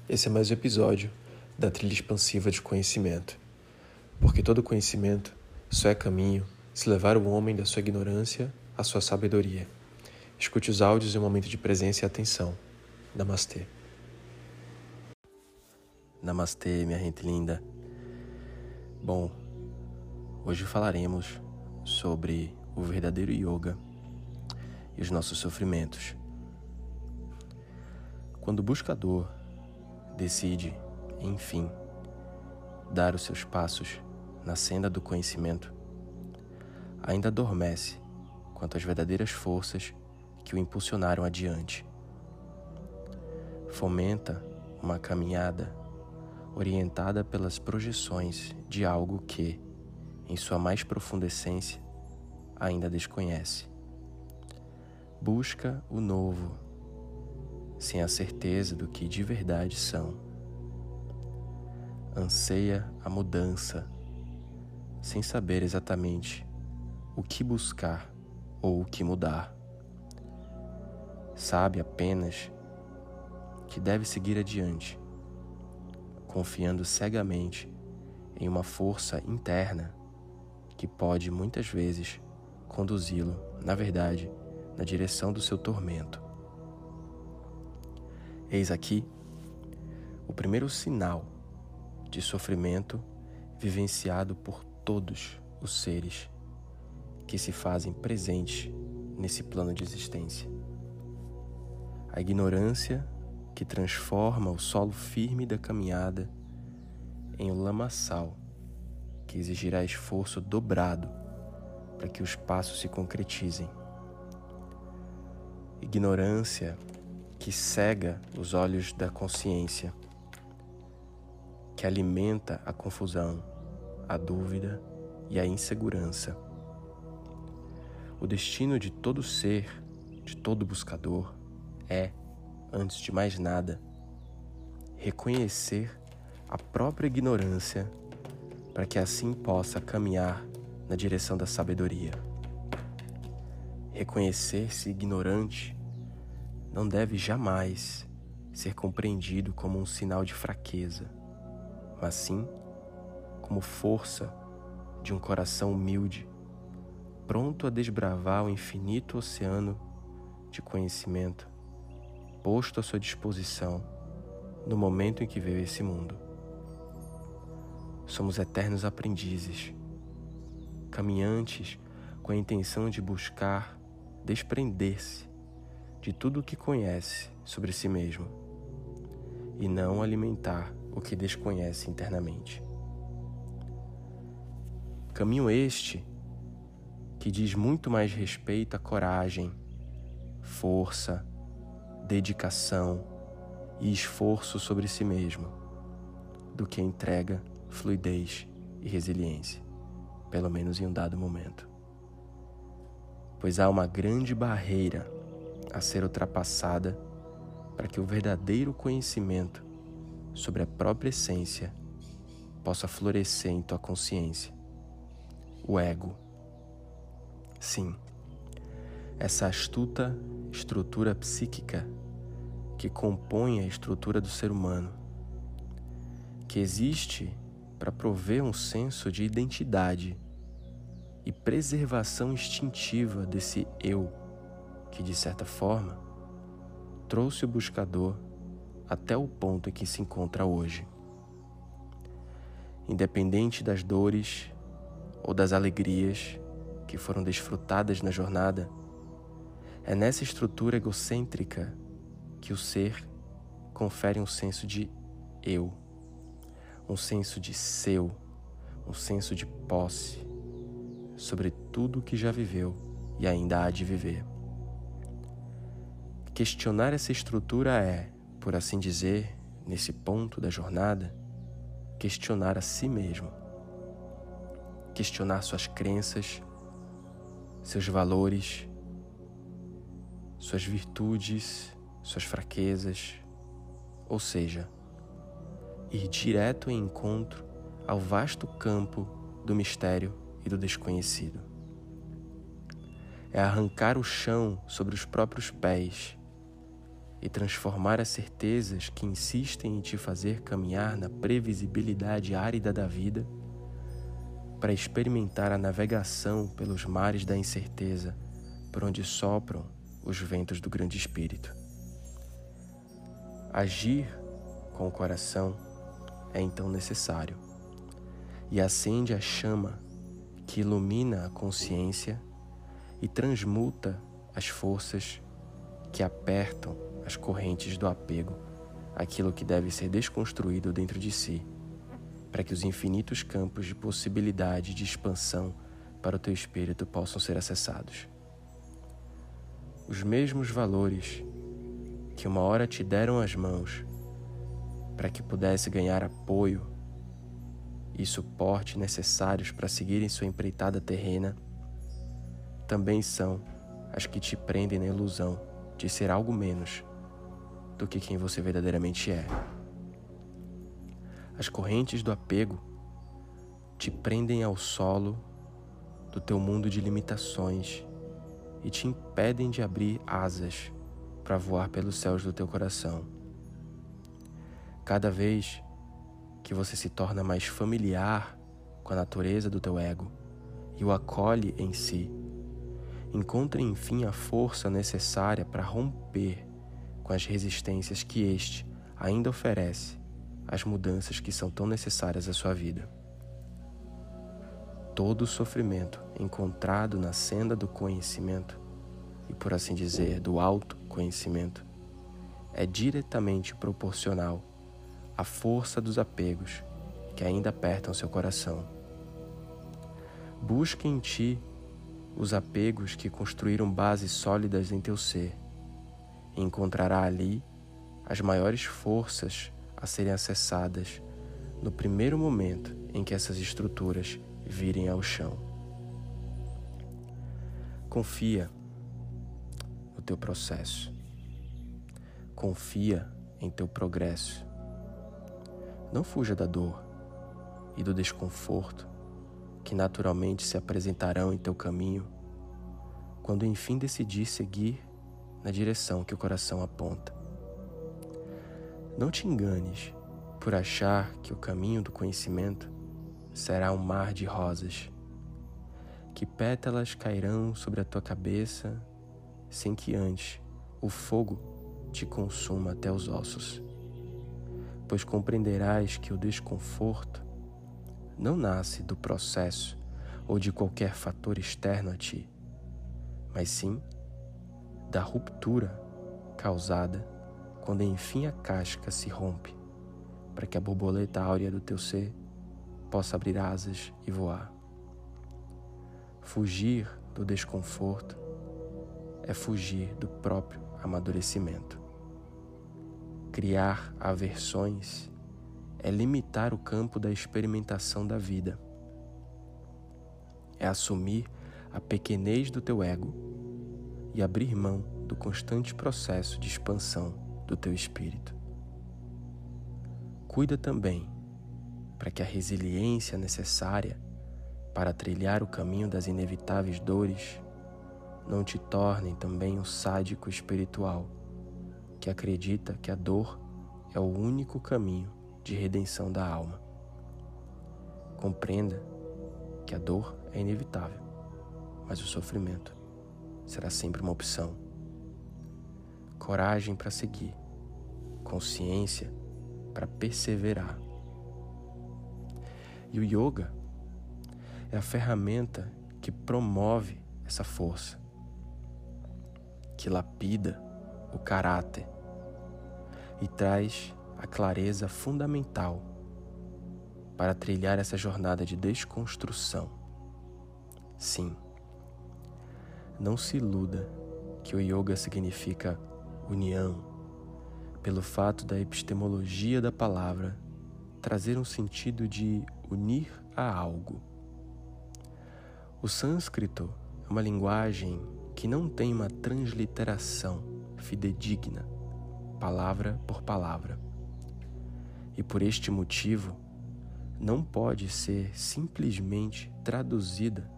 Esse é mais um episódio da trilha expansiva de conhecimento, porque todo conhecimento só é caminho se levar o homem da sua ignorância à sua sabedoria. Escute os áudios em um momento de presença e atenção. Namastê. Namastê, minha gente linda. Bom, hoje falaremos sobre o verdadeiro yoga e os nossos sofrimentos. Quando o buscador decide, enfim, dar os seus passos na senda do conhecimento, ainda adormece quanto às verdadeiras forças que o impulsionaram adiante. Fomenta uma caminhada orientada pelas projeções de algo que, em sua mais profunda essência, ainda desconhece. Busca o novo, sem a certeza do que de verdade são. Anseia a mudança, sem saber exatamente o que buscar ou o que mudar. Sabe apenas que deve seguir adiante, confiando cegamente em uma força interna que pode muitas vezes conduzi-lo, na verdade, na direção do seu tormento. Eis aqui o primeiro sinal de sofrimento vivenciado por todos os seres que se fazem presentes nesse plano de existência. A ignorância que transforma o solo firme da caminhada em um lamaçal que exigirá esforço dobrado para que os passos se concretizem. Ignorância que cega os olhos da consciência, que alimenta a confusão, a dúvida e a insegurança. O destino de todo ser, de todo buscador, é, antes de mais nada, reconhecer a própria ignorância para que assim possa caminhar na direção da sabedoria. Reconhecer-se ignorante não deve jamais ser compreendido como um sinal de fraqueza, mas sim como força de um coração humilde, pronto a desbravar o infinito oceano de conhecimento posto à sua disposição no momento em que veio esse mundo. Somos eternos aprendizes, caminhantes com a intenção de buscar desprender-se de tudo o que conhece sobre si mesmo e não alimentar o que desconhece internamente. Caminho este que diz muito mais respeito à coragem, força, dedicação e esforço sobre si mesmo do que entrega, fluidez e resiliência, pelo menos em um dado momento. Pois há uma grande barreira a ser ultrapassada para que o verdadeiro conhecimento sobre a própria essência possa florescer em tua consciência. O ego. Sim, essa astuta estrutura psíquica que compõe a estrutura do ser humano, que existe para prover um senso de identidade e preservação instintiva desse eu, que, de certa forma, trouxe o buscador até o ponto em que se encontra hoje. Independente das dores ou das alegrias que foram desfrutadas na jornada, é nessa estrutura egocêntrica que o ser confere um senso de eu, um senso de seu, um senso de posse sobre tudo o que já viveu e ainda há de viver. Questionar essa estrutura é, por assim dizer, nesse ponto da jornada, questionar a si mesmo. Questionar suas crenças, seus valores, suas virtudes, suas fraquezas, ou seja, ir direto em encontro ao vasto campo do mistério e do desconhecido. É arrancar o chão sobre os próprios pés e transformar as certezas que insistem em te fazer caminhar na previsibilidade árida da vida para experimentar a navegação pelos mares da incerteza por onde sopram os ventos do grande espírito. Agir com o coração é então necessário e acende a chama que ilumina a consciência e transmuta as forças que apertam as correntes do apego àquilo que deve ser desconstruído dentro de si, para que os infinitos campos de possibilidade de expansão para o teu espírito possam ser acessados. Os mesmos valores que uma hora te deram as mãos para que pudesse ganhar apoio e suporte necessários para seguir em sua empreitada terrena, também são as que te prendem na ilusão de ser algo menos do que quem você verdadeiramente é. As correntes do apego te prendem ao solo do teu mundo de limitações e te impedem de abrir asas para voar pelos céus do teu coração. Cada vez que você se torna mais familiar com a natureza do teu ego e o acolhe em si, encontra enfim a força necessária para romper com as resistências que este ainda oferece às mudanças que são tão necessárias à sua vida. Todo o sofrimento encontrado na senda do conhecimento, e por assim dizer, do autoconhecimento, é diretamente proporcional à força dos apegos que ainda apertam seu coração. Busque em ti os apegos que construíram bases sólidas em teu ser, e encontrará ali as maiores forças a serem acessadas no primeiro momento em que essas estruturas virem ao chão. Confia no teu processo. Confia em teu progresso. Não fuja da dor e do desconforto que naturalmente se apresentarão em teu caminho quando enfim decidir seguir na direção que o coração aponta. Não te enganes por achar que o caminho do conhecimento será um mar de rosas, que pétalas cairão sobre a tua cabeça sem que antes o fogo te consuma até os ossos, pois compreenderás que o desconforto não nasce do processo ou de qualquer fator externo a ti, mas sim da ruptura causada quando enfim a casca se rompe, para que a borboleta áurea do teu ser possa abrir asas e voar. Fugir do desconforto é fugir do próprio amadurecimento. Criar aversões é limitar o campo da experimentação da vida. É assumir a pequenez do teu ego e abrir mão do constante processo de expansão do teu espírito. Cuida também para que a resiliência necessária para trilhar o caminho das inevitáveis dores não te tornem também um sádico espiritual que acredita que a dor é o único caminho de redenção da alma. Compreenda que a dor é inevitável, mas o sofrimento será sempre uma opção. Coragem para seguir, consciência para perseverar. E o yoga é a ferramenta que promove essa força, que lapida o caráter e traz a clareza fundamental para trilhar essa jornada de desconstrução. Sim, não se iluda que o yoga significa união, pelo fato da epistemologia da palavra trazer um sentido de unir a algo. O sânscrito é uma linguagem que não tem uma transliteração fidedigna, palavra por palavra. E por este motivo, não pode ser simplesmente traduzida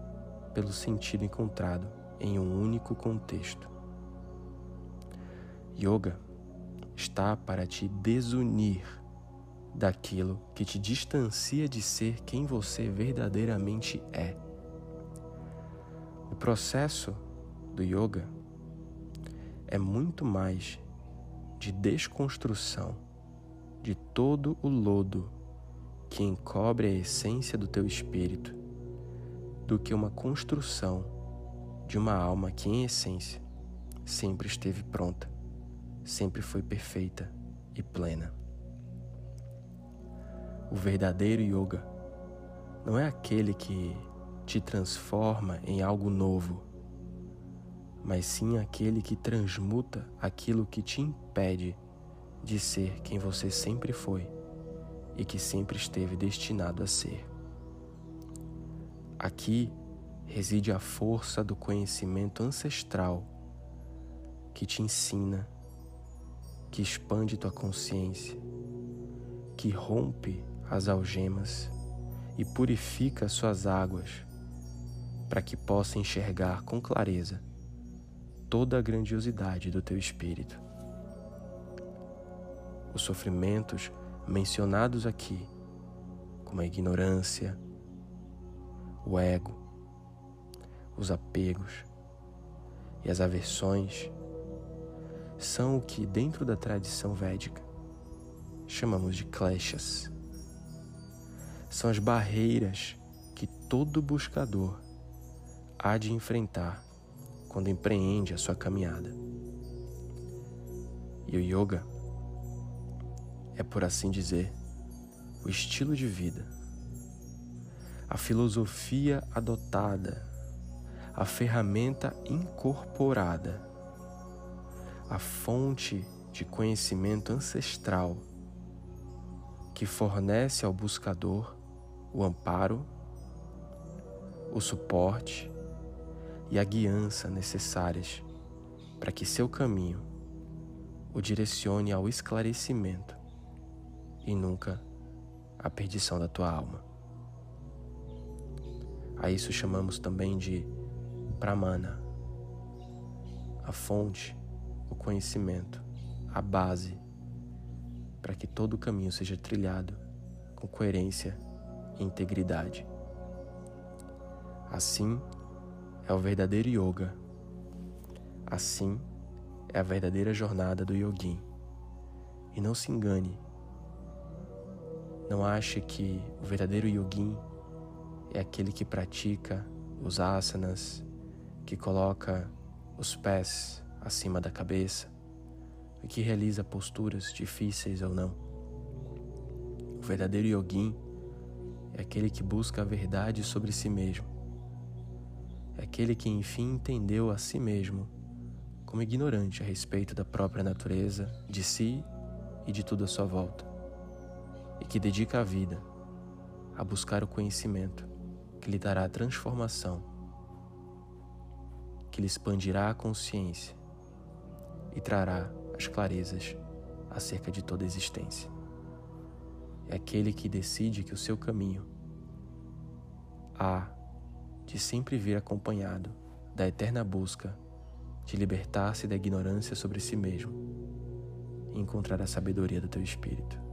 pelo sentido encontrado em um único contexto. Yoga está para te desunir daquilo que te distancia de ser quem você verdadeiramente é. O processo do yoga é muito mais de desconstrução de todo o lodo que encobre a essência do teu espírito do que uma construção de uma alma que, em essência, sempre esteve pronta, sempre foi perfeita e plena. O verdadeiro yoga não é aquele que te transforma em algo novo, mas sim aquele que transmuta aquilo que te impede de ser quem você sempre foi e que sempre esteve destinado a ser. Aqui reside a força do conhecimento ancestral que te ensina, que expande tua consciência, que rompe as algemas e purifica suas águas para que possa enxergar com clareza toda a grandiosidade do teu espírito. Os sofrimentos mencionados aqui, como a ignorância, o ego, os apegos e as aversões, são o que, dentro da tradição védica, chamamos de kleshas. São as barreiras que todo buscador há de enfrentar quando empreende a sua caminhada. E o yoga é, por assim dizer, o estilo de vida, a filosofia adotada, a ferramenta incorporada, a fonte de conhecimento ancestral que fornece ao buscador o amparo, o suporte e a guiança necessárias para que seu caminho o direcione ao esclarecimento e nunca à perdição da tua alma. A isso chamamos também de Pramana, a fonte, o conhecimento, a base para que todo o caminho seja trilhado com coerência e integridade. Assim é o verdadeiro yoga. Assim é a verdadeira jornada do yogin. E não se engane. Não ache que o verdadeiro yogin é aquele que pratica os asanas, que coloca os pés acima da cabeça e que realiza posturas difíceis ou não. O verdadeiro yogin é aquele que busca a verdade sobre si mesmo. É aquele que enfim entendeu a si mesmo como ignorante a respeito da própria natureza, de si e de tudo à sua volta, e que dedica a vida a buscar o conhecimento que lhe dará a transformação, que lhe expandirá a consciência e trará as clarezas acerca de toda a existência. É aquele que decide que o seu caminho há de sempre vir acompanhado da eterna busca de libertar-se da ignorância sobre si mesmo e encontrar a sabedoria do teu espírito.